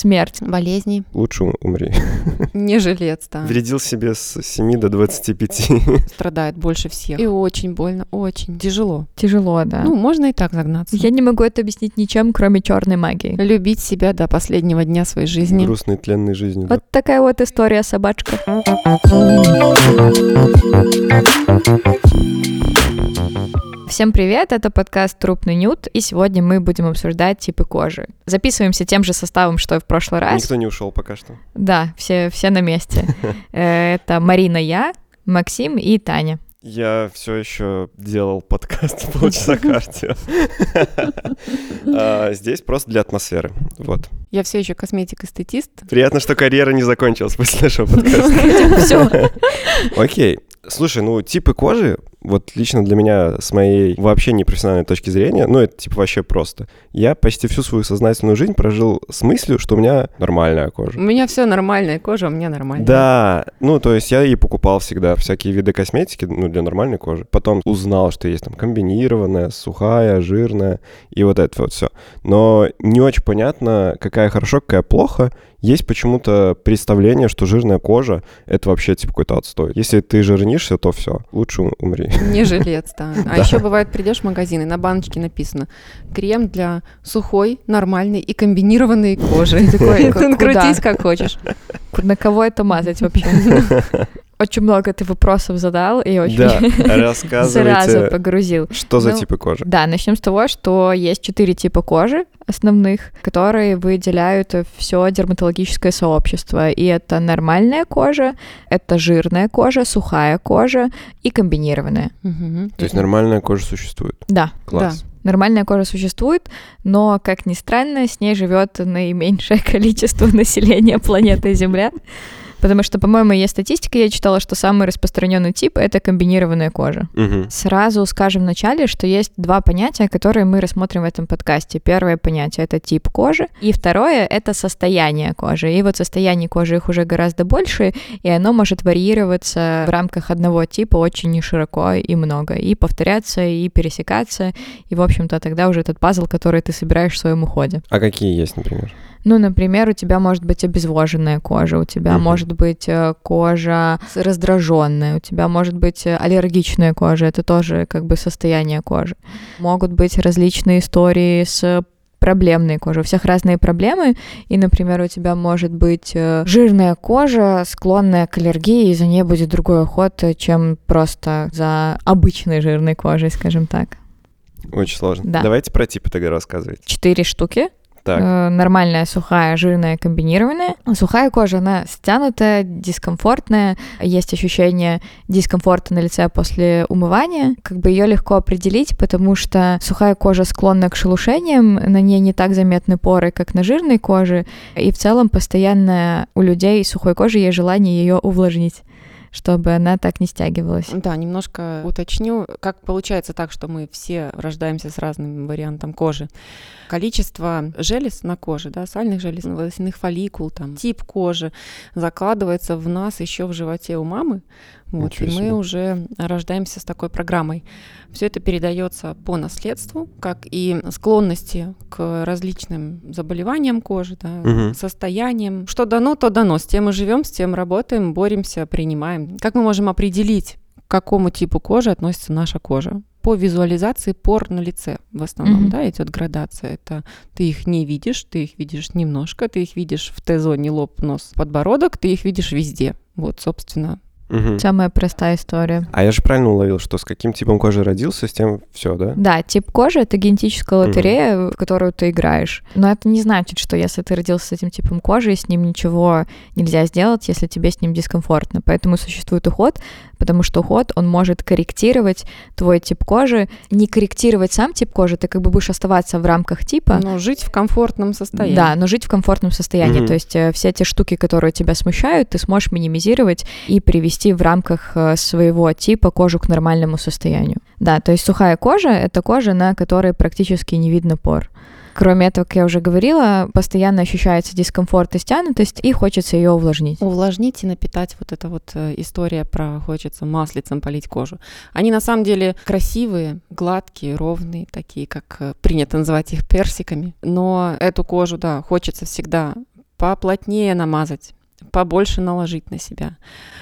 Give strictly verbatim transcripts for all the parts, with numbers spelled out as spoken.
Смерть. Болезни. Лучше умри. Не жилец, да. Вредил себе с семи до двадцати пяти. Страдает больше всех. И очень больно, очень тяжело. Тяжело, да. Ну, можно и так загнаться. Я не могу это объяснить ничем, кроме черной магии. Любить себя до последнего дня своей жизни. Грустной, тленной жизнью. Вот да. такая вот история, собачка. Всем привет, это подкаст «Трупный нюд», и сегодня мы будем обсуждать типы кожи. Записываемся тем же составом, что и в прошлый раз. Никто не ушел пока что. Да, все, все на месте. Это Марина, я, Максим и Таня. Я все еще делал подкаст полчаса кардио. Здесь просто для атмосферы. Вот. Я все еще косметик-эстетист. Приятно, что карьера не закончилась после нашего подкаста. Все. Окей. Слушай, ну типы кожи, вот лично для меня с моей вообще непрофессиональной точки зрения, ну это типа вообще просто. Я почти всю свою сознательную жизнь прожил с мыслью, что у меня нормальная кожа. У меня все нормальная кожа, у меня нормальная. Да, ну то есть я и покупал всегда всякие виды косметики, ну для нормальной кожи. Потом узнал, что есть там комбинированная, сухая, жирная и вот это вот все. Но не очень понятно, какая хорошо, какая плохо. Есть почему-то представление, что жирная кожа — это вообще типа какой-то отстой. Если ты жирнишься, то все, лучше умри. Не жилец, да. А еще бывает, придешь в магазин, и на баночке написано «крем для сухой, нормальной и комбинированной кожи». И такой, крутись как хочешь. На кого это мазать вообще? Очень много ты вопросов задал и очень да, рассказывайте, сразу погрузил. Что за ну, типы кожи? Да, начнем с того, что есть четыре типа кожи основных, которые выделяют все дерматологическое сообщество. И это нормальная кожа, это жирная кожа, сухая кожа и комбинированная. Угу. То есть нормальная кожа существует? Да. Класс. Да. Нормальная кожа существует, но, как ни странно, с ней живет наименьшее количество населения планеты Земля. Потому что, по-моему, есть статистика, я читала, что самый распространенный тип — это комбинированная кожа. Угу. Сразу скажем вначале, что есть два понятия, которые мы рассмотрим в этом подкасте. Первое понятие — это тип кожи, и второе — это состояние кожи. И вот состояние кожи их уже гораздо больше, и оно может варьироваться в рамках одного типа очень широко и много, и повторяться, и пересекаться, и, в общем-то, тогда уже этот пазл, который ты собираешь в своем уходе. А какие есть, например? Ну, например, у тебя может быть обезвоженная кожа, у тебя uh-huh. может быть кожа раздраженная, у тебя может быть аллергичная кожа, это тоже как бы состояние кожи. Могут быть различные истории с проблемной кожей. У всех разные проблемы, и, например, у тебя может быть жирная кожа, склонная к аллергии, и за ней будет другой уход, чем просто за обычной жирной кожей, скажем так. Очень сложно. Да. Давайте про типы тогда рассказывайте. Четыре штуки. Так. Нормальная, сухая, жирная, комбинированная. Сухая кожа, она стянутая, дискомфортная. Есть ощущение дискомфорта на лице после умывания. Как бы ее легко определить, потому что сухая кожа склонна к шелушениям, на ней не так заметны поры, как на жирной коже. И в целом постоянно у людей с сухой кожей есть желание ее увлажнить, чтобы она так не стягивалась. Да, немножко уточню, как получается так, что мы все рождаемся с разным вариантом кожи. Количество желез на коже, да, сальных желез, волосяных фолликул, там, тип кожи закладывается в нас еще в животе у мамы, вот, и мы уже рождаемся с такой программой. Все это передается по наследству, как и склонности к различным заболеваниям кожи, да, угу. состояниям. Что дано, то дано. С тем мы живем, с тем работаем, боремся, принимаем. Как мы можем определить, к какому типу кожи относится наша кожа? По визуализации пор на лице в основном, mm-hmm. да, идет градация. Это ты их не видишь, ты их видишь немножко, ты их видишь в Т-зоне лоб, нос, подбородок, ты их видишь везде. Вот, собственно. Угу. Самая простая история. А я же правильно уловил, что с каким типом кожи родился, с тем все, да? Да, тип кожи — это генетическая лотерея, угу. в которую ты играешь. Но это не значит, что если ты родился с этим типом кожи, с ним ничего нельзя сделать, если тебе с ним дискомфортно. Поэтому существует уход, потому что уход, он может корректировать твой тип кожи. Не корректировать сам тип кожи, ты как бы будешь оставаться в рамках типа. Но жить в комфортном состоянии. Да, но жить в комфортном состоянии. Угу. То есть все те штуки, которые тебя смущают, ты сможешь минимизировать и привести в рамках своего типа кожу к нормальному состоянию. Да, то есть сухая кожа — это кожа, на которой практически не видно пор. Кроме этого, как я уже говорила, постоянно ощущается дискомфорт и стянутость, и хочется ее увлажнить. Увлажнить и напитать, вот эта вот история про хочется маслицем полить кожу. Они на самом деле красивые, гладкие, ровные, такие, как принято называть их персиками. Но эту кожу, да, хочется всегда поплотнее намазать, побольше наложить на себя.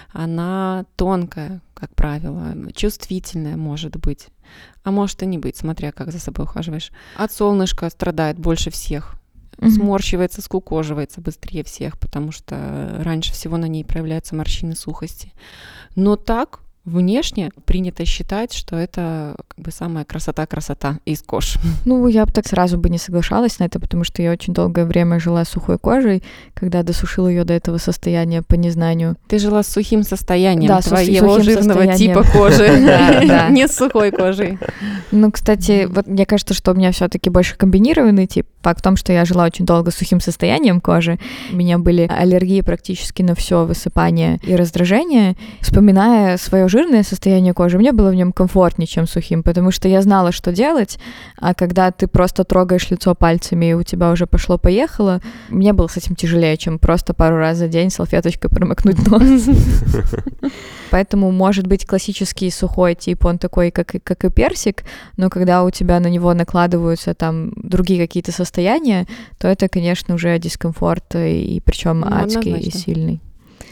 Она тонкая, как правило, чувствительная может быть, а может и не быть, смотря как за собой ухаживаешь. От солнышка страдает больше всех. Mm-hmm. Сморщивается, скукоживается быстрее всех, потому что раньше всего на ней проявляются морщины сухости. Но так внешне принято считать, что это как бы самая красота-красота из кож. Ну, я бы так сразу бы не соглашалась на это, потому что я очень долгое время жила с сухой кожей, когда досушила ее до этого состояния по незнанию. Ты жила с сухим состоянием да, твоего сухим жирного состоянием. типа кожи, не с сухой кожей. Ну, кстати, вот мне кажется, что у меня все-таки больше комбинированный тип. Факт в том, что я жила очень долго с сухим состоянием кожи. У меня были аллергии практически на все, высыпание и раздражение. Вспоминая свое жирное состояние кожи, мне было в нем комфортнее, чем сухим, потому что я знала, что делать, а когда ты просто трогаешь лицо пальцами, и у тебя уже пошло-поехало, мне было с этим тяжелее, чем просто пару раз за день салфеточкой промокнуть нос. Поэтому, может быть, классический сухой тип, он такой, как, как и персик, но когда у тебя на него накладываются там другие какие-то состояния, то это, конечно, уже дискомфорт, и, и причем ну, адский однозначно. И сильный.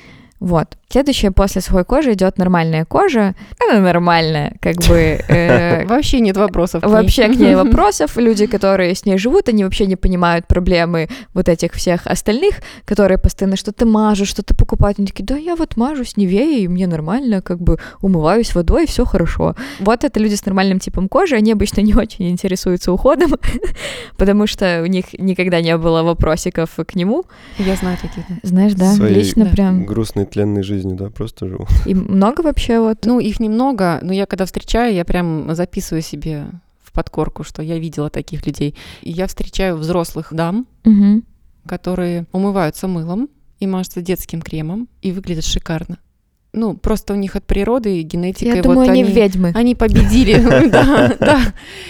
Вот. Следующее после сухой кожи идет нормальная кожа. Она нормальная, как бы... Э, вообще нет вопросов. Вообще к ней вопросов. Люди, которые с ней живут, они вообще не понимают проблемы вот этих всех остальных, которые постоянно что-то мажут, что-то покупают. Они такие, да, я вот мажусь Нивеей, и мне нормально, как бы умываюсь водой, все хорошо. Вот это люди с нормальным типом кожи, они обычно не очень интересуются уходом, потому что у них никогда не было вопросиков к нему. Я знаю таких. Знаешь, да, лично прям... грустной тленной жизнью, да, просто живу. И много вообще вот? Ну, их немного, но я когда встречаю, я прям записываю себе в подкорку, что я видела таких людей. И я встречаю взрослых дам, угу. которые умываются мылом и мажутся детским кремом, и выглядят шикарно. Ну, просто у них от природы и генетика. Я думаю, вот они они ведьмы. Они победили, да, да.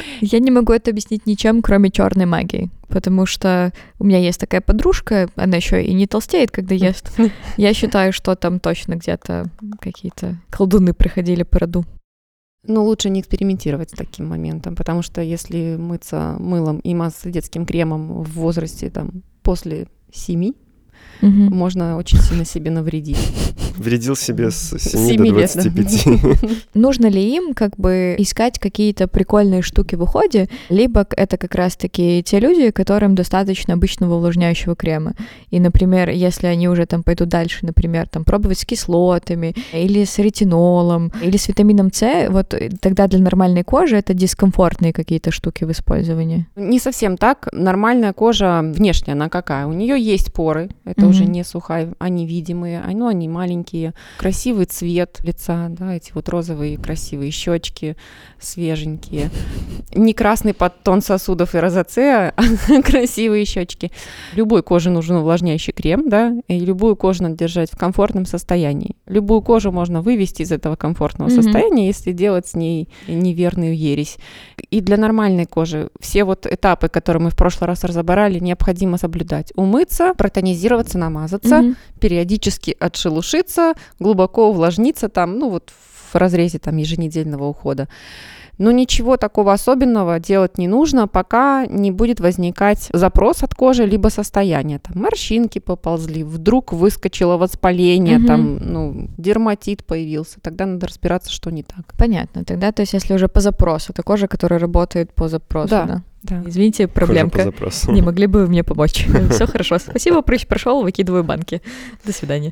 Я не могу это объяснить ничем, кроме черной магии, потому что у меня есть такая подружка, она еще и не толстеет, когда ест. Я считаю, что там точно где-то какие-то колдуны приходили по роду. Ну, лучше не экспериментировать с таким моментом, потому что если мыться мылом и мазаться детским кремом в возрасте там после семи, угу. можно очень сильно себе навредить. Вредил себе с семи до двадцати пяти. Нужно ли им как бы искать какие-то прикольные штуки в уходе, либо это как раз-таки те люди, которым достаточно обычного увлажняющего крема. И, например, если они уже там пойдут дальше, например, там пробовать с кислотами, или с ретинолом, или с витамином С, вот тогда для нормальной кожи это дискомфортные какие-то штуки в использовании. Не совсем так. Нормальная кожа внешняя, она какая? У нее есть поры, это mm-hmm. уже не сухая, они видимые, ну, они маленькие, красивый цвет лица, да, эти вот розовые красивые щечки, свеженькие, не красный подтон сосудов и розацеа, а красивые щечки. Любой коже нужен увлажняющий крем, да, и любую кожу надо держать в комфортном состоянии. Любую кожу можно вывести из этого комфортного mm-hmm. состояния, если делать с ней неверную ересь. И для нормальной кожи все вот этапы, которые мы в прошлый раз разобрали, необходимо соблюдать. Умыться, протонизироваться, намазаться, mm-hmm. периодически отшелушиться, глубоко увлажниться там, ну вот в разрезе там еженедельного ухода. Но ничего такого особенного делать не нужно, пока не будет возникать запрос от кожи, либо состояние. Там морщинки поползли, вдруг выскочило воспаление, угу. там, ну, дерматит появился. Тогда надо разбираться, что не так. Понятно. Тогда, то есть, если уже по запросу, это кожа, которая работает по запросу, да? Да. Да. Извините, проблемка. Не могли бы вы мне помочь? Все хорошо. Спасибо, прыщ прошел, выкидываю банки. До свидания.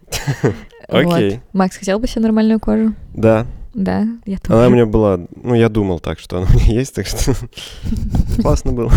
Окей. Макс, хотел бы себе нормальную кожу? Да. Да, я тоже. Она у меня была, ну, я думал так, что она у меня есть, так что классно было.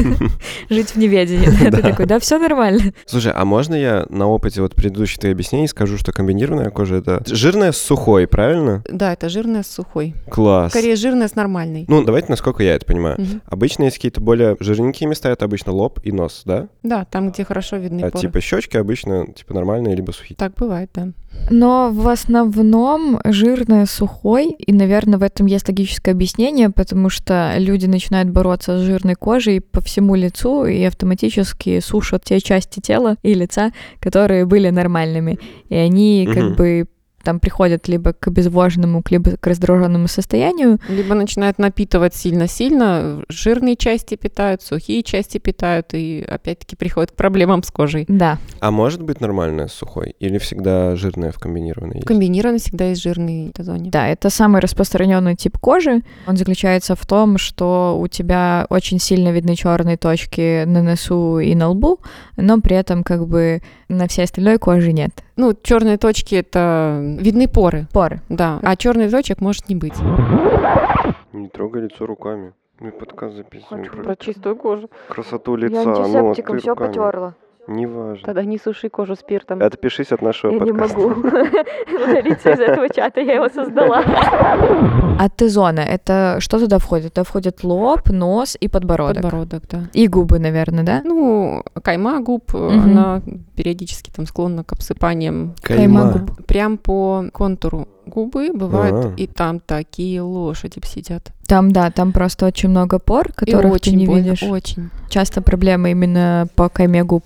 Жить в неведении. Ты такой, да, все нормально. Слушай, а можно я на опыте вот предыдущих твоих объяснений скажу, что комбинированная кожа — это жирная с сухой, правильно? Да, это жирная с сухой. Класс. Скорее жирная с нормальной. Ну, давайте, насколько я это понимаю. Угу. Обычно есть какие-то более жирненькие места, это обычно лоб и нос, да? Да, там, где хорошо видны а поры. Типа щечки обычно типа нормальные, либо сухие. Так бывает, да. Но в основном жирная с сухой, и, наверное, в этом есть логическое объяснение, потому что люди начинают бороться с жирной кожей по всему лицу и автоматически сушат те части тела и лица, которые были нормальными. И они как угу. бы там приходят либо к обезвоженному, либо к раздраженному состоянию. Либо начинают напитывать сильно-сильно, жирные части питают, сухие части питают, и опять-таки приходят к проблемам с кожей. Да. А может быть нормальное с сухой? Или всегда жирное в комбинированной есть? Комбинированно всегда есть жирный в Т-зоне. Да, это самый распространенный тип кожи. Он заключается в том, что у тебя очень сильно видны черные точки на носу и на лбу, но при этом как бы на всей остальной коже нет. Ну, черные точки — это видны поры. Поры. Да, а черных точек может не быть. Не трогай лицо руками. Мы подкаст записываем. Хочу про чистую кожу. Красоту лица. Я антисептиком ну, все потерла. Неважно. Тогда не суши кожу спиртом. Отпишись от нашего Я подкаста. не могу удалиться из этого чата, я его создала. А Т-зона, это что туда входит? Туда входит лоб, нос и подбородок. Подбородок, да. И губы, наверное, да? Ну, кайма губ, Мгм. она периодически там склонна к обсыпаниям. Кайма губ. Прям по контуру губы бывают, А. и там такие лошади сидят. Там, да, там просто очень много пор, которых и очень ты не больно, видишь. очень. Часто проблемы именно по кайме губ.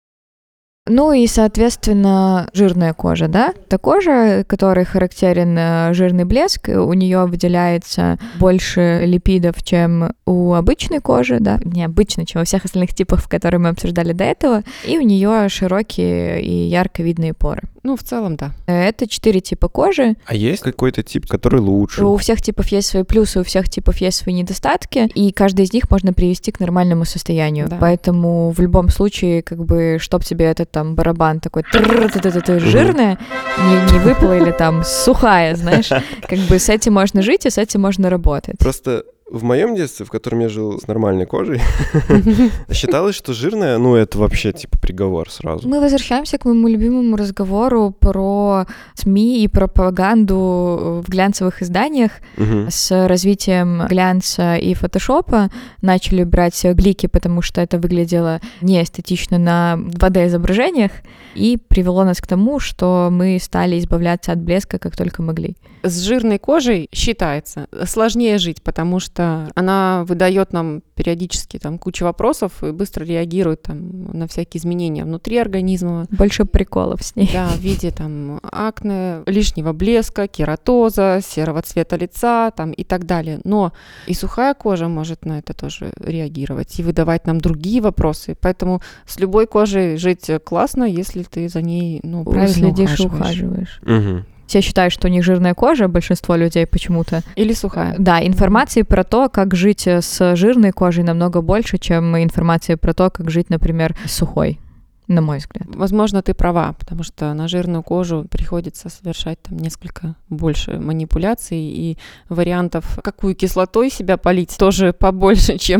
Ну и, соответственно, жирная кожа, да? Та кожа, которой характерен э, жирный блеск, у нее выделяется больше липидов, чем у обычной кожи, да? Необычно, чем во всех остальных типах, которые мы обсуждали до этого. И у нее широкие и ярко видные поры. Ну, в целом, да. Это четыре типа кожи. А есть какой-то тип, который лучше? У всех типов есть свои плюсы, у всех типов есть свои недостатки, и каждый из них можно привести к нормальному состоянию. Да. Поэтому в любом случае, как бы, чтоб тебе этот там барабан такой жирная не, не выпала или там сухая, знаешь, как бы с этим можно жить и с этим можно работать. Просто в моем детстве, в котором я жил с нормальной кожей, считалось, что жирная, ну, это вообще типа приговор сразу. Мы возвращаемся к моему любимому разговору про СМИ и пропаганду в глянцевых изданиях. Мгм. С развитием глянца и фотошопа начали брать блики, потому что это выглядело неэстетично на два дэ-изображениях, и привело нас к тому, что мы стали избавляться от блеска как только могли. С жирной кожей считается сложнее жить, потому что она выдает нам периодически там кучу вопросов и быстро реагирует там на всякие изменения внутри организма. Больше приколов с ней. Да, в виде там акне, лишнего блеска, кератоза, серого цвета лица там и так далее. Но и сухая кожа может на это тоже реагировать и выдавать нам другие вопросы. Поэтому с любой кожей жить классно, если ты за ней, ну, правильно Следишь и ухаживаешь. ухаживаешь. Мгм. Все считают, что у них жирная кожа, большинство людей почему-то. Или сухая. Да, информации про то, как жить с жирной кожей, намного больше, чем информации про то, как жить, например, с сухой, на мой взгляд. Возможно, ты права, потому что на жирную кожу приходится совершать там несколько больше манипуляций и вариантов, какую кислотой себя полить, тоже побольше, чем...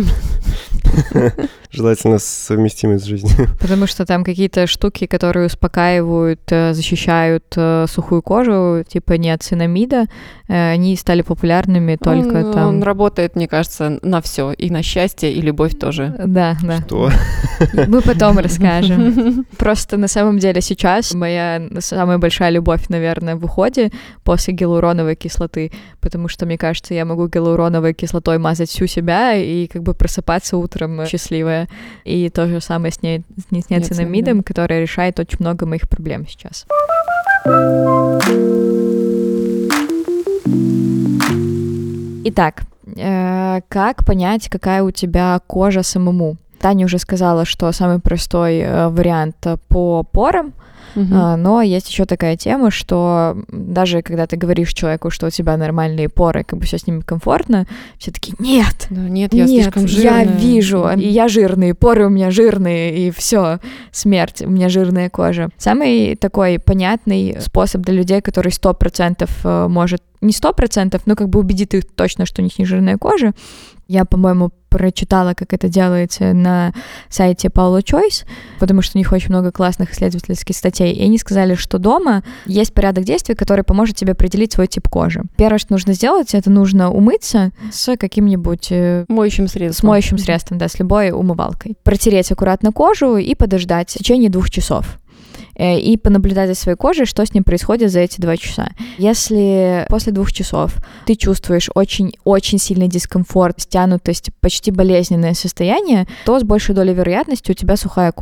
Желательно совместимый с жизнью. Потому что там какие-то штуки, которые успокаивают, э, защищают э, сухую кожу, типа неоцинамида, э, они стали популярными только он, там... Он работает, мне кажется, на все, и на счастье, и любовь тоже. Да, да. Что? Мы потом расскажем. Просто на самом деле сейчас моя самая большая любовь, наверное, в уходе после гиалуроновой кислоты, потому что, мне кажется, я могу гиалуроновой кислотой мазать всю себя и как бы просыпаться утром счастливая. И то же самое с, не, с неоцинамидом, который решает очень много моих проблем сейчас. Итак, э, как понять, какая у тебя кожа самому? Таня уже сказала, что самый простой э, вариант по порам, Мгм. а, но есть еще такая тема, что даже когда ты говоришь человеку, что у тебя нормальные поры, как бы все с ними комфортно, все такие: нет, Да, нет, я нет, слишком я жирная. вижу, Мгм. и я жирный, поры у меня жирные, и все, смерть, у меня жирная кожа. Самый такой понятный способ для людей, который сто процентов э, может, не сто процентов, но как бы убедит их точно, что у них не жирная кожа. Я, по-моему, прочитала, как это делается на сайте Paula Choice, потому что у них очень много классных исследовательских статей, и они сказали, что дома есть порядок действий, который поможет тебе определить свой тип кожи. Первое, что нужно сделать, это нужно умыться с каким-нибудь... э, Моющим с средством. моющим средством, да, с любой умывалкой. Протереть аккуратно кожу и подождать в течение двух часов. Э, И понаблюдать за своей кожей, что с ним происходит за эти два часа. Если после двух часов ты чувствуешь очень-очень сильный дискомфорт, стянутость, почти болезненное состояние, то с большей долей вероятности у тебя сухая кожа.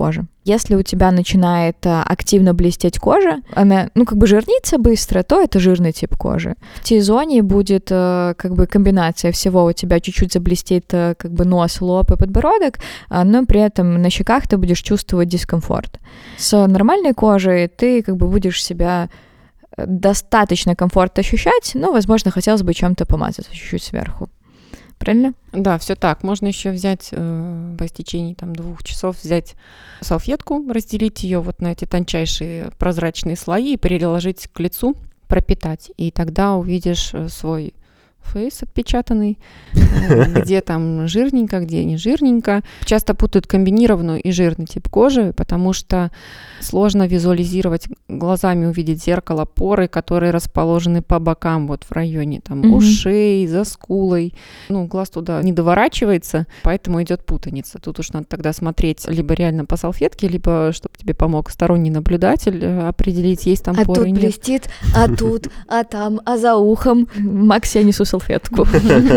Если у тебя начинает активно блестеть кожа, она, ну, как бы жирнится быстро, то это жирный тип кожи. В T-зоне будет как бы комбинация всего. У тебя чуть-чуть заблестит как бы нос, лоб и подбородок, но при этом на щеках ты будешь чувствовать дискомфорт. С нормальной кожей ты как бы будешь себя достаточно комфортно ощущать, но, возможно, хотелось бы чем-то помазаться чуть-чуть сверху. Правильно? Да, все так. Можно еще взять э, по истечении там, двух часов взять салфетку, разделить ее вот на эти тончайшие прозрачные слои и переложить к лицу, пропитать. И тогда увидишь свой фейс отпечатанный, где там жирненько, где не жирненько. Часто путают комбинированную и жирный тип кожи, потому что сложно визуализировать, глазами увидеть зеркало, поры, которые расположены по бокам, вот в районе там mm-hmm. ушей, за скулой. Ну, глаз туда не доворачивается, поэтому идет путаница. Тут уж надо тогда смотреть либо реально по салфетке, либо чтобы тебе помог сторонний наблюдатель определить, есть там а поры или нет. А тут блестит, а тут, а там, а за ухом. Макс, я несу салфетку.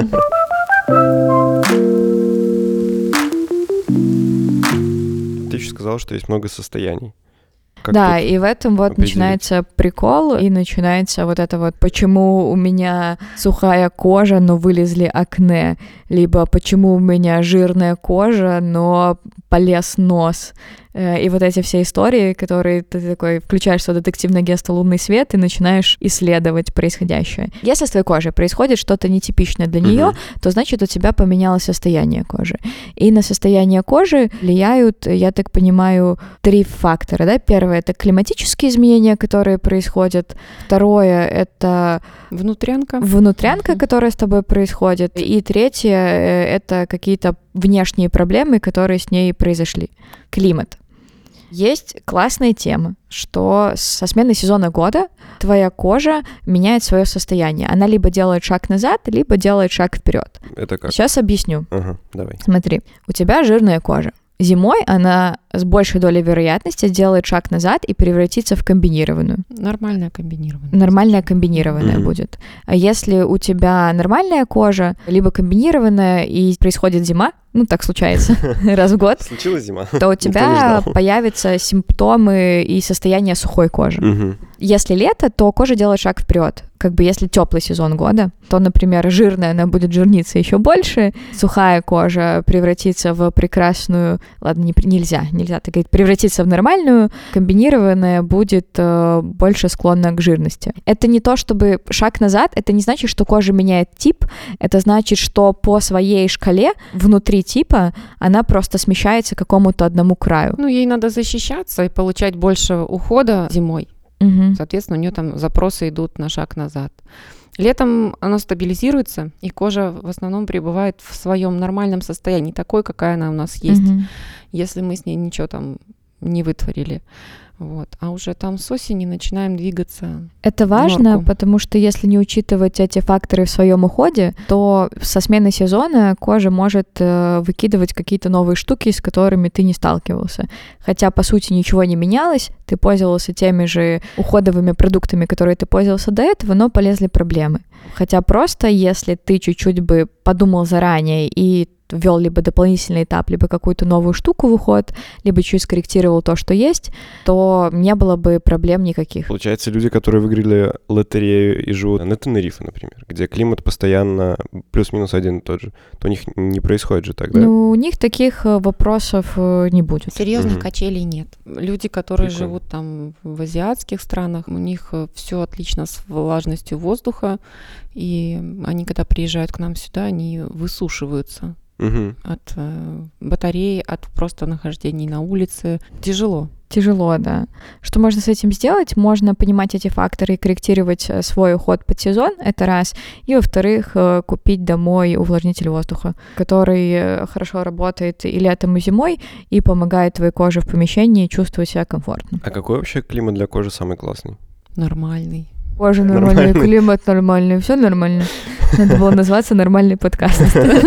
Ты еще сказала, что есть много состояний. Как да, и в этом вот определить? Начинается прикол, и начинается вот это вот, почему у меня сухая кожа, но вылезли акне, либо почему у меня жирная кожа, но полез нос. И вот эти все истории, которые ты такой включаешь свое детективное агентство «Лунный свет» и начинаешь исследовать происходящее. Если с твоей кожей происходит что-то нетипичное для нее, uh-huh. то значит у тебя поменялось состояние кожи. И на состояние кожи влияют, я так понимаю, три фактора. Да? Первое — это климатические изменения, которые происходят. Второе — это внутрянка, внутрянка uh-huh. которая с тобой происходит. И третье — это какие-то внешние проблемы, которые с ней произошли. Климат. Есть классная тема, что со смены сезона года твоя кожа меняет свое состояние. Она либо делает шаг назад, либо делает шаг вперед. Это как? Сейчас объясню. Ага, давай. Смотри, у тебя жирная кожа. Зимой она с большей долей вероятности сделает шаг назад и превратится в комбинированную. Нормальная комбинированная. Нормальная комбинированная mm-hmm. будет. А если у тебя нормальная кожа, либо комбинированная, и происходит зима, ну так случается раз в год, случилась зима, то у тебя появятся симптомы и состояние сухой кожи. Mm-hmm. Если лето, то кожа делает шаг вперед. Как бы если теплый сезон года, то, например, жирная, она будет жирниться еще больше, сухая кожа превратится в прекрасную, ладно, не, нельзя, нельзя так говорить, превратится в нормальную, комбинированная будет э, больше склонна к жирности. Это не то, чтобы шаг назад, это не значит, что кожа меняет тип, это значит, что по своей шкале внутри типа она просто смещается к какому-то одному краю. Ну, ей надо защищаться и получать больше ухода зимой. Угу. Соответственно, у нее там запросы идут на шаг назад. Летом оно стабилизируется, и кожа в основном пребывает в своем нормальном состоянии, такой, какая она у нас есть, угу. если мы с ней ничего там не вытворили. Вот. А уже там с осени начинаем двигаться. Это важно, норку. Потому что если не учитывать эти факторы в своем уходе, то со смены сезона кожа может э, выкидывать какие-то новые штуки, с которыми ты не сталкивался. Хотя, по сути, ничего не менялось, ты пользовался теми же уходовыми продуктами, которые ты пользовался до этого, но полезли проблемы. Хотя просто, если ты чуть-чуть бы подумал заранее и ввел либо дополнительный этап, либо какую-то новую штуку в уход, либо чуть скорректировал то, что есть, то не было бы проблем никаких. Получается, люди, которые выиграли лотерею и живут на Тенерифе, например, где климат постоянно плюс-минус один и тот же, то у них не происходит же так, да? Ну, у них таких вопросов не будет. Серьезных Угу. качелей нет. Люди, которые Прикольно. живут там в азиатских странах, у них все отлично с влажностью воздуха, и они, когда приезжают к нам сюда, они высушиваются. Угу. От э, батареи, от просто нахождения на улице. Тяжело. Тяжело, да. Что можно с этим сделать? Можно понимать эти факторы и корректировать свой уход под сезон, это раз. И, во-вторых, купить домой увлажнитель воздуха, который хорошо работает и летом, и зимой, и помогает твоей коже в помещении чувствовать себя комфортно. А какой вообще климат для кожи самый классный? Нормальный. Кожа нормальная, нормальный. Климат нормальный, все нормально. Надо было назваться «Нормальный подкаст».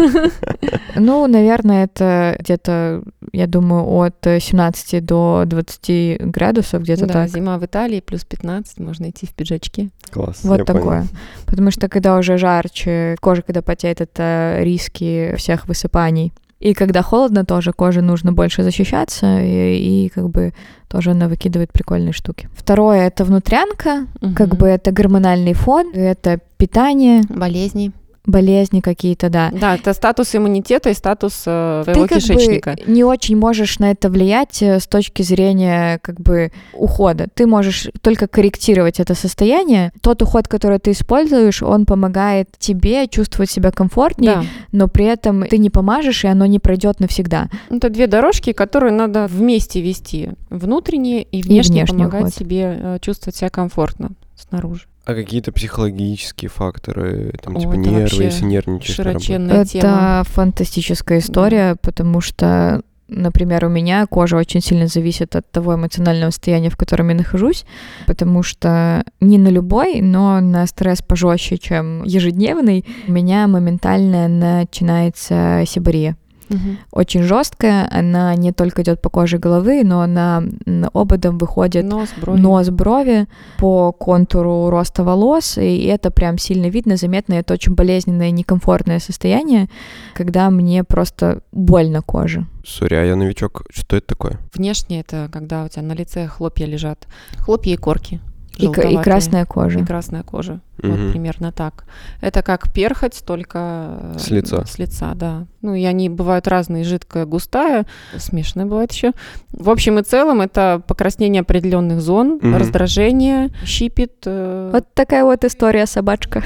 Ну, наверное, это где-то, я думаю, от семнадцати до двадцати градусов, где-то да, так. Зима в Италии, плюс пятнадцать, можно идти в пиджачке. Класс, вот я такое. понял. Потому что когда уже жарче, кожа, когда потеет, это риски всех высыпаний. И когда холодно, тоже коже нужно больше защищаться, и, и как бы тоже она выкидывает прикольные штуки. Второе — это внутрянка, угу. как бы это гормональный фон, это питание. Болезни. Болезни какие-то, да. Да, это статус иммунитета и статус э, твоего Ты как кишечника. Бы не очень можешь на это влиять с точки зрения как бы ухода. Ты можешь только корректировать это состояние. Тот уход, который ты используешь, он помогает тебе чувствовать себя комфортнее, да. но при этом ты не помажешь, и оно не пройдет навсегда. Это две дорожки, которые надо вместе вести. Внутренние и внешне, и внешне помогать уход. Себе чувствовать себя комфортно снаружи. А какие-то психологические факторы, там, О, типа нервы, если нервничаешь на работе? Это тема. Фантастическая история, да. потому что, например, у меня кожа очень сильно зависит от того эмоционального состояния, в котором я нахожусь, потому что не на любой, но на стресс пожестче, чем ежедневный, у меня моментально начинается сибария. Угу. Очень жесткая, она не только идет по коже головы, но она ободом выходит нос, брови. нос, брови по контуру роста волос, и это прям сильно видно, заметно. Это очень болезненное, некомфортное состояние, когда мне просто больно кожа. Сори, а я новичок. Что это такое? Внешне это когда у тебя на лице хлопья лежат. Хлопья и корки. И, и красная кожа. И красная кожа. Угу. Вот примерно так. Это как перхоть, только с лица. С лица, да. Ну, и они бывают разные, жидкая, густая, смешанная бывает еще. В общем и целом, это покраснение определенных зон, угу. раздражение, щипит. Э... Вот такая вот история, собачка.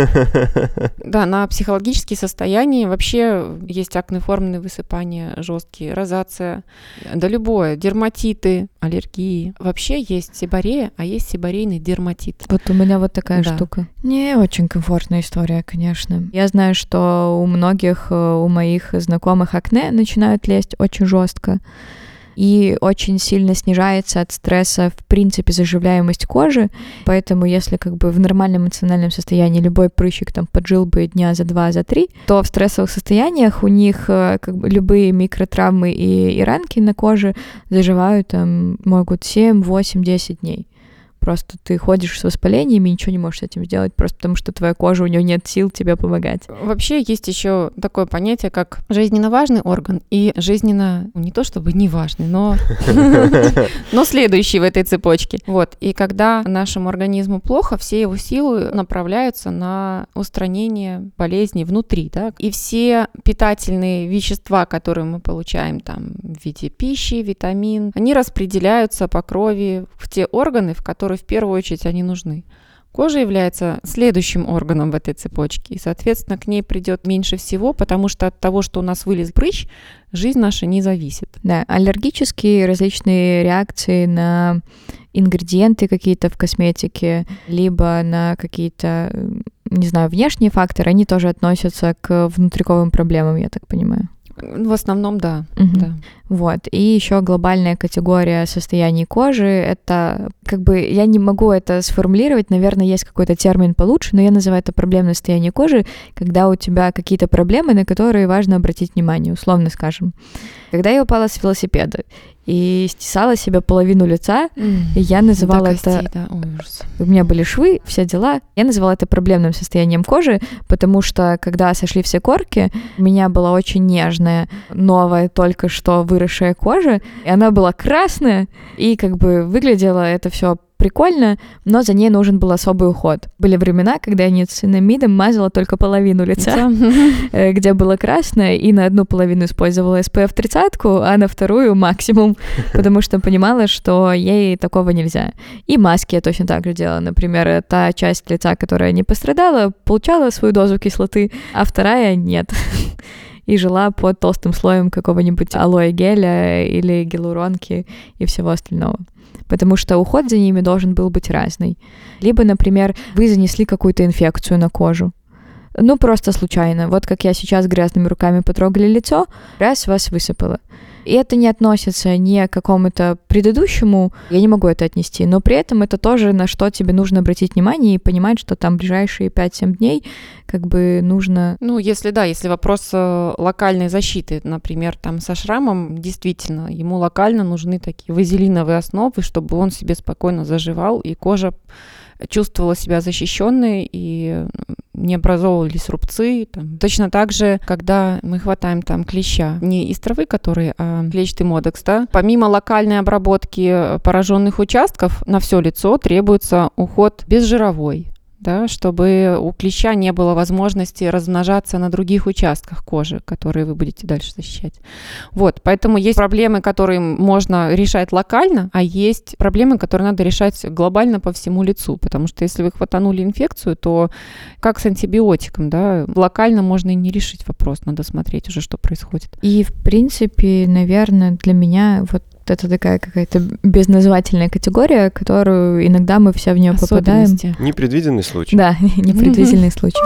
Да, на психологические состояния вообще есть акнеформные высыпания жесткие, розация, да любое, дерматиты, аллергии. Вообще есть сибарея, а есть сибарейный дерматит. Вот у меня вот такая да. штука. Не очень комфортная история, конечно. Я знаю, что у многих, у моих знакомых акне начинают лезть очень жестко. И очень сильно снижается от стресса, в принципе, заживляемость кожи. Поэтому если как бы в нормальном эмоциональном состоянии любой прыщик там поджил бы дня за два, за три, то в стрессовых состояниях у них как бы любые микротравмы и, и ранки на коже заживают там могут семь, восемь, десять дней. Просто ты ходишь с воспалениями и ничего не можешь с этим сделать, просто потому что твоя кожа, у нее нет сил тебе помогать. Вообще есть еще такое понятие, как жизненно важный орган и жизненно, не то чтобы не важный, но, но следующий в этой цепочке. Вот. И когда нашему организму плохо, все его силы направляются на устранение болезней внутри. Да? И все питательные вещества, которые мы получаем там, в виде пищи, витамин, они распределяются по крови в те органы, в которые в первую очередь они нужны. Кожа является следующим органом в этой цепочке, и, соответственно, к ней придет меньше всего, потому что от того, что у нас вылез прыщ, жизнь наша не зависит. Да, аллергические различные реакции на ингредиенты какие-то в косметике, либо на какие-то, не знаю, внешние факторы, они тоже относятся к внутриковым проблемам, я так понимаю. В основном, да. Угу. да. Вот. И еще глобальная категория состояний кожи — это, как бы, я не могу это сформулировать, наверное, есть какой-то термин получше, но я называю это проблемное состояние кожи, когда у тебя какие-то проблемы, на которые важно обратить внимание, условно скажем. Когда я упала с велосипеда и стесала себе половину лица, mm. и я называла До это... костей, да. Ой, ужас. У меня были швы, все дела. Я называла это проблемным состоянием кожи, потому что, когда сошли все корки, у меня была очень нежная, новая, только что выросшая кожа, и она была красная, и как бы выглядело это все прикольно, но за ней нужен был особый уход. Были времена, когда я ниацинамидом мазала только половину лица, где было красное, и на одну половину использовала эс пэ эф тридцать, а на вторую максимум, потому что понимала, что ей такого нельзя. И маски я точно так же делала. Например, та часть лица, которая не пострадала, получала свою дозу кислоты, а вторая нет. И жила под толстым слоем какого-нибудь алоэ геля или гиалуронки и всего остального. Потому что уход за ними должен был быть разный. Либо, например, вы занесли какую-то инфекцию на кожу. Ну, просто случайно. Вот как я сейчас грязными руками потрогали лицо, раз вас высыпало. И это не относится ни к какому-то предыдущему, я не могу это отнести, но при этом это тоже, на что тебе нужно обратить внимание и понимать, что там ближайшие пять-семь дней как бы нужно... Ну, если да, если вопрос локальной защиты, например, там со шрамом, действительно, ему локально нужны такие вазелиновые основы, чтобы он себе спокойно заживал, и кожа чувствовала себя защищенной и не образовывались рубцы. Там. Точно так же, когда мы хватаем там клеща, не из травы, который, а клетчатый модекс, да, помимо локальной обработки пораженных участков на все лицо требуется уход безжировой. Да, чтобы у клеща не было возможности размножаться на других участках кожи, которые вы будете дальше защищать. Вот, поэтому есть проблемы, которые можно решать локально, а есть проблемы, которые надо решать глобально по всему лицу, потому что если вы хватанули инфекцию, то как с антибиотиком, да, локально можно и не решить вопрос, надо смотреть уже, что происходит. И, в принципе, наверное, для меня вот это такая какая-то безназвательная категория, которую иногда мы все в нее попадаем. Непредвиденный случай. Да, непредвиденный случай.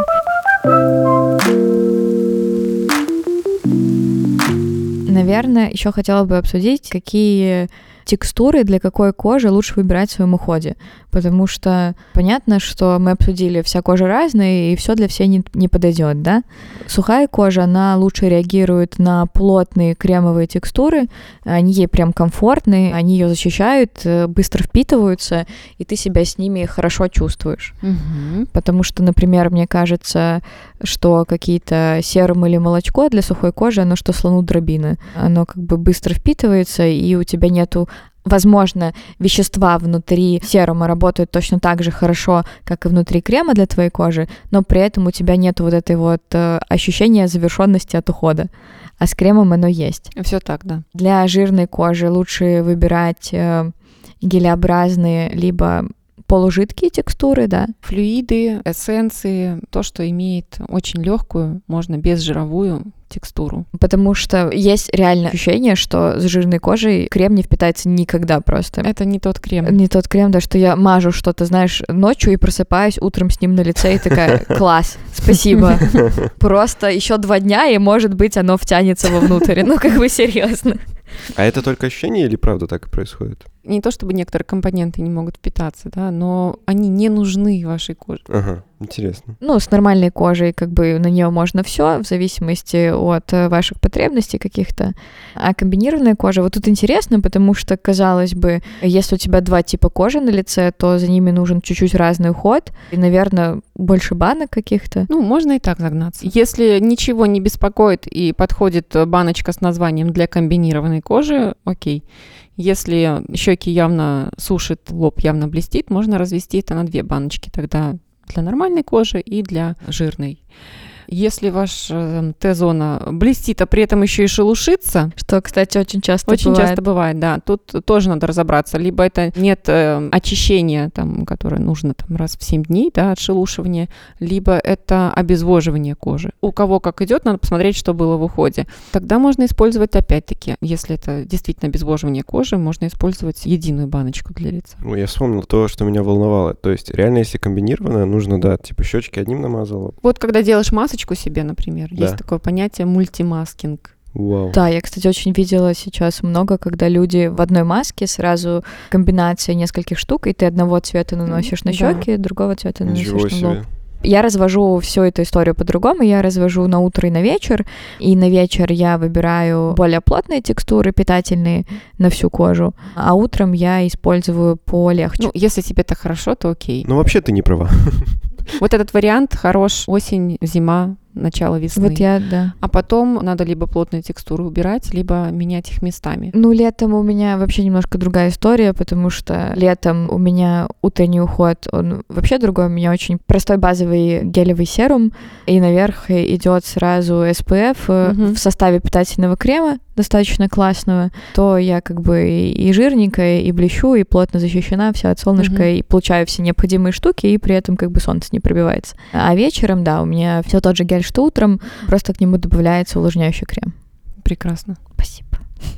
Наверное, еще хотела бы обсудить, какие текстуры для какой кожи лучше выбирать в своем уходе. Потому что понятно, что мы обсудили, вся кожа разная, и все для всей не, не подойдет, да? Сухая кожа, она лучше реагирует на плотные кремовые текстуры, они ей прям комфортные, они ее защищают, быстро впитываются, и ты себя с ними хорошо чувствуешь. Угу. Потому что, например, мне кажется, что какие-то серум или молочко для сухой кожи, оно что слону дробины. Оно как бы быстро впитывается, и у тебя нету. Возможно, вещества внутри серума работают точно так же хорошо, как и внутри крема для твоей кожи, но при этом у тебя нет вот этой вот э, ощущения завершенности от ухода. А с кремом оно есть. Все так, да. Для жирной кожи лучше выбирать э, гелеобразные либо полужидкие текстуры, да. Флюиды, эссенции, то, что имеет очень легкую, можно безжировую текстуру. Потому что есть реально ощущение, что с жирной кожей крем не впитается никогда просто. Это не тот крем. Не тот крем, да, что я мажу что-то, знаешь, ночью и просыпаюсь утром с ним на лице и такая: класс, спасибо. Просто еще два дня, и, может быть, оно втянется вовнутрь. Ну, как бы серьезно. А это только ощущение или правда так и происходит? Не то чтобы некоторые компоненты не могут впитаться, да, но они не нужны вашей коже. Ага, интересно. Ну, с нормальной кожей как бы на нее можно все, в зависимости от ваших потребностей каких-то. А комбинированная кожа, вот тут интересно, потому что, казалось бы, если у тебя два типа кожи на лице, то за ними нужен чуть-чуть разный уход и, наверное, больше банок каких-то. Ну, можно и так загнаться. Если ничего не беспокоит и подходит баночка с названием для комбинированной кожи, окей. Если щеки явно сушит, лоб явно блестит, можно развести это на две баночки тогда для нормальной кожи и для жирной. Если ваша Т-зона блестит, а при этом еще и шелушится, что, кстати, очень часто очень бывает. часто бывает, да, тут тоже надо разобраться. Либо это нет э, очищения, там, которое нужно там, раз в семь дней, да, отшелушивания, либо это обезвоживание кожи. У кого как идет, надо посмотреть, что было в уходе. Тогда можно использовать, опять-таки, если это действительно обезвоживание кожи, можно использовать единую баночку для лица. Ну, я вспомнил то, что меня волновало. То есть реально, если комбинированное, нужно, да, типа щечки одним намазала. Вот когда делаешь масочку себе, например, да. Есть такое понятие мультимаскинг. Вау. Да, я, кстати, очень видела сейчас много, когда люди в одной маске сразу комбинация нескольких штук, и ты одного цвета наносишь на щеки, да. другого цвета наносишь Ничего на лоб. себе. Я развожу всю эту историю по-другому. Я развожу на утро и на вечер. И на вечер я выбираю более плотные текстуры, питательные на всю кожу. А утром я использую полегче. Ну, если тебе так хорошо, то окей. Ну, вообще ты не права. Вот этот вариант хорош. Осень, зима, начало весны. Вот я, да. А потом надо либо плотные текстуры убирать, либо менять их местами. Ну, летом у меня вообще немножко другая история, потому что летом у меня утренний уход, он вообще другой. У меня очень простой базовый гелевый серум, и наверх идет сразу эс пэ эф угу. в составе питательного крема, достаточно классного, то я как бы и жирненькая, и блещу, и плотно защищена вся от солнышка, угу. и получаю все необходимые штуки, и при этом как бы солнце не пробивается. А вечером, да, у меня все тот же гель, что утром, просто к нему добавляется увлажняющий крем. Прекрасно. Спасибо.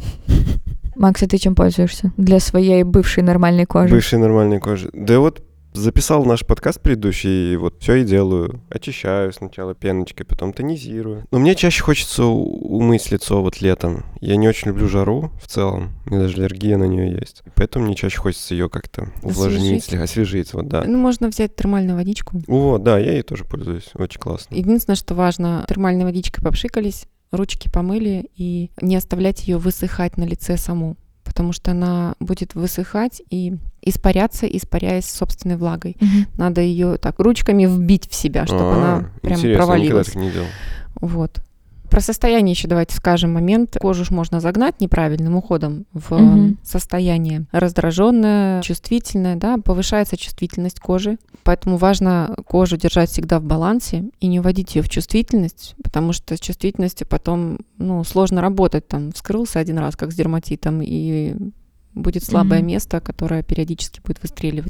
Макс, а ты чем пользуешься для своей бывшей нормальной кожи? Бывшей нормальной кожи. Да вот записал наш подкаст предыдущий, и вот все и делаю. Очищаю сначала пеночкой, потом тонизирую. Но мне чаще хочется умыть лицо вот летом. Я не очень люблю жару в целом. У меня даже аллергия на нее есть. Поэтому мне чаще хочется ее как-то увлажнить, освежить, освежить вот, да. Ну, можно взять термальную водичку. О, да, я ей тоже пользуюсь. Очень классно. Единственное, что важно, термальной водичкой попшикались, ручки помыли и не оставлять ее высыхать на лице саму. потому что она будет высыхать и испаряться, испаряясь собственной влагой. Угу. Надо ее так ручками вбить в себя, чтобы А-а-а, она прям интересно, провалилась. Я никогда так не делал. Вот. Про состояние еще давайте скажем момент. Кожу ж можно загнать неправильным уходом в угу. состояние раздраженное, чувствительное, да, повышается чувствительность кожи. Поэтому важно кожу держать всегда в балансе и не уводить ее в чувствительность, потому что с чувствительностью потом, ну, сложно работать. Там вскрылся один раз, как с дерматитом, и будет слабое угу. место, которое периодически будет выстреливать.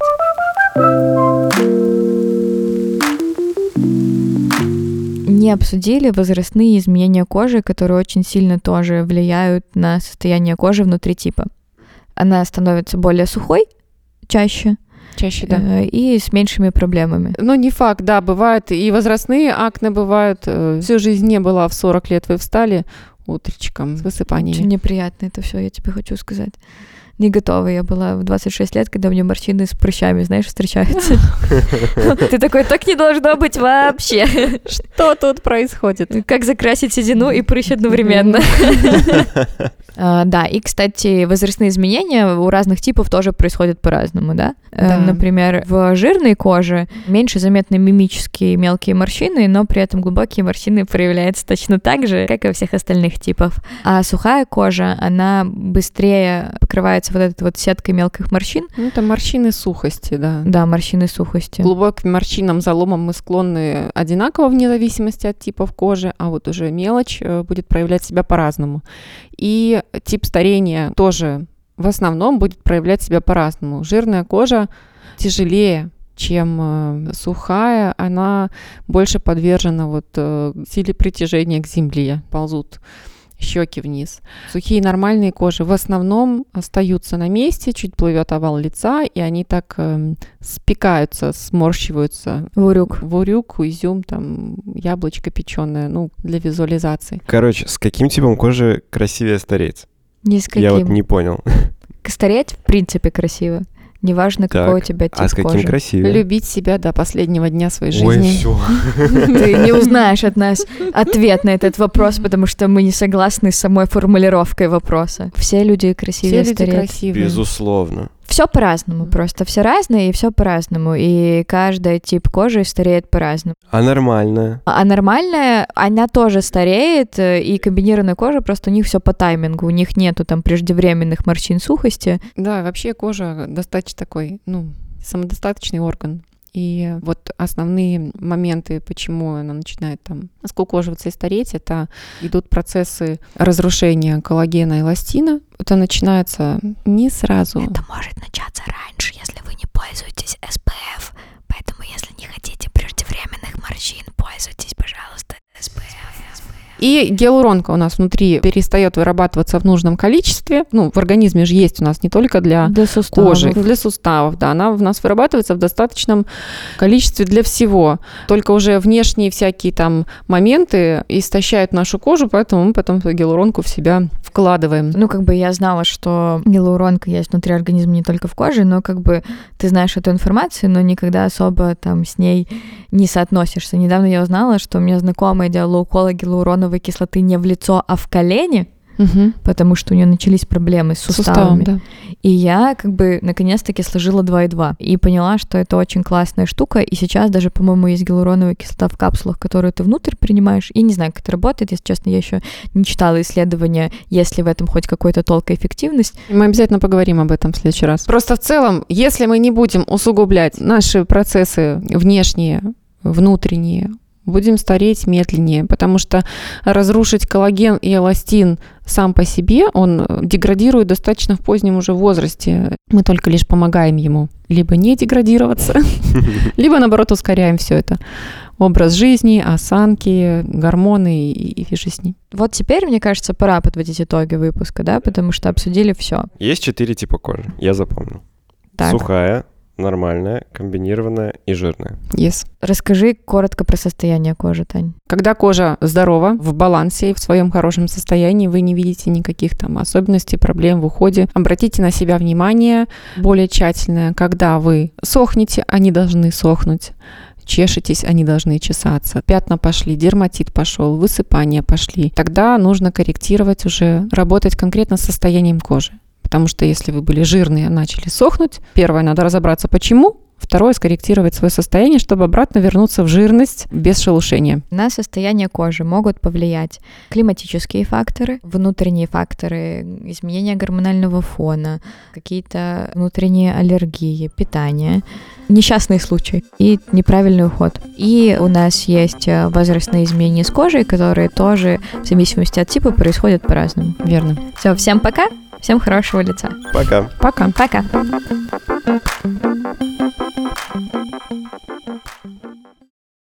Не обсудили возрастные изменения кожи, которые очень сильно тоже влияют на состояние кожи внутри типа. Она становится более сухой чаще. Чаще, да. И с меньшими проблемами. Ну, не факт, да, бывает. И возрастные акне бывают. Всю жизнь не была, в сорок лет вы встали утречком с высыпаниями. Очень неприятно это все, я тебе хочу сказать. Не готова я была в двадцать шесть лет, когда у меня морщины с прыщами, знаешь, встречаются. Ты такой, так не должно быть вообще. Что тут происходит? Как закрасить седину и прыщ одновременно. Да, и, кстати, возрастные изменения у разных типов тоже происходят по-разному, да? Например, в жирной коже меньше заметны мимические мелкие морщины, но при этом глубокие морщины проявляются точно так же, как и у всех остальных типов. А сухая кожа, она быстрее покрывается вот этой вот сеткой мелких морщин. Ну, это морщины сухости, да. Да, морщины сухости. Глубоким морщинам, заломам мы склонны одинаково вне зависимости от типов кожи, а вот уже мелочь будет проявлять себя по-разному. И тип старения тоже в основном будет проявлять себя по-разному. Жирная кожа тяжелее, чем сухая, она больше подвержена вот силе притяжения к земле, ползут щеки вниз. Сухие нормальные кожи в основном остаются на месте, чуть плывет овал лица, и они так э, спекаются, сморщиваются. В урюк. В урюк, изюм, там, яблочко печеное, ну, для визуализации. Короче, с каким типом кожи красивее стареть? Ни с каким. Я вот не понял. Стареть, в принципе, красиво. Неважно, так, какой у тебя тип кожи. А с каким кожи? Красивее? Любить себя до последнего дня своей жизни. Ой, все. Ты не узнаешь от нас ответ на этот вопрос, потому что мы не согласны с самой формулировкой вопроса. Все люди красивее Все стареют. Люди красивые. Безусловно. Все по-разному просто. Все разные и все по-разному. И каждый тип кожи стареет по-разному. А нормальная? А нормальная, она тоже стареет, и комбинированная кожа, просто у них все по таймингу. У них нету там преждевременных морщин сухости. Да, вообще кожа достаточно такой, ну, самодостаточный орган. И вот основные моменты, почему она начинает там скукоживаться и стареть, это идут процессы разрушения коллагена и эластина. Это начинается не сразу. Это может начаться раньше, если вы не пользуетесь эс пэ эф. Поэтому, если не хотите преждевременных морщин, пользуйтесь, пожалуйста, эс пэ эф. И гиалуронка у нас внутри перестает вырабатываться в нужном количестве. Ну, в организме же есть у нас не только для, для кожи, для суставов, да, она у нас вырабатывается в достаточном количестве для всего. Только уже внешние всякие там моменты истощают нашу кожу, поэтому мы потом гиалуронку в себя вкладываем. Ну, как бы я знала, что гиалуронка есть внутри организма не только в коже, но как бы ты знаешь эту информацию, но никогда особо там с ней не соотносишься. Недавно я узнала, что у меня знакомая делала уколы гиалуроновой кислоты не в лицо, а в колени, угу. потому что у нее начались проблемы с суставами. Суставом, да. И я как бы наконец-таки сложила два и два и поняла, что это очень классная штука. И сейчас даже, по-моему, есть гиалуроновая кислота в капсулах, которую ты внутрь принимаешь. И не знаю, как это работает. Если честно, я еще не читала исследования, есть ли в этом хоть какой-то толк и эффективность. Мы обязательно поговорим об этом в следующий раз. Просто в целом, если мы не будем усугублять наши процессы внешние, внутренние, будем стареть медленнее, потому что разрушить коллаген и эластин сам по себе, он деградирует достаточно в позднем уже возрасте. Мы только лишь помогаем ему либо не деградироваться, либо, наоборот, ускоряем все это. Образ жизни, осанки, гормоны и, и жизни. Вот теперь, мне кажется, пора подводить итоги выпуска, да, потому что обсудили все. Есть четыре типа кожи, я запомнил. Так. Сухая, нормальная, комбинированная и жирная. Yes. Расскажи коротко про состояние кожи, Тань. Когда кожа здорова, в балансе и в своем хорошем состоянии, вы не видите никаких там особенностей, проблем в уходе, обратите на себя внимание более тщательное. Когда вы сохнете, они должны сохнуть. Чешетесь, они должны чесаться. Пятна пошли, дерматит пошел, высыпания пошли. Тогда нужно корректировать уже, работать конкретно с состоянием кожи. Потому что если вы были жирные, начали сохнуть, первое, надо разобраться, почему. Второе, скорректировать свое состояние, чтобы обратно вернуться в жирность без шелушения. На состояние кожи могут повлиять климатические факторы, внутренние факторы, изменения гормонального фона, какие-то внутренние аллергии, питание, несчастный случай и неправильный уход. И у нас есть возрастные изменения с кожей, которые тоже в зависимости от типа происходят по-разному. Верно. Все, всем пока, всем хорошего лица. Пока. Пока. Пока.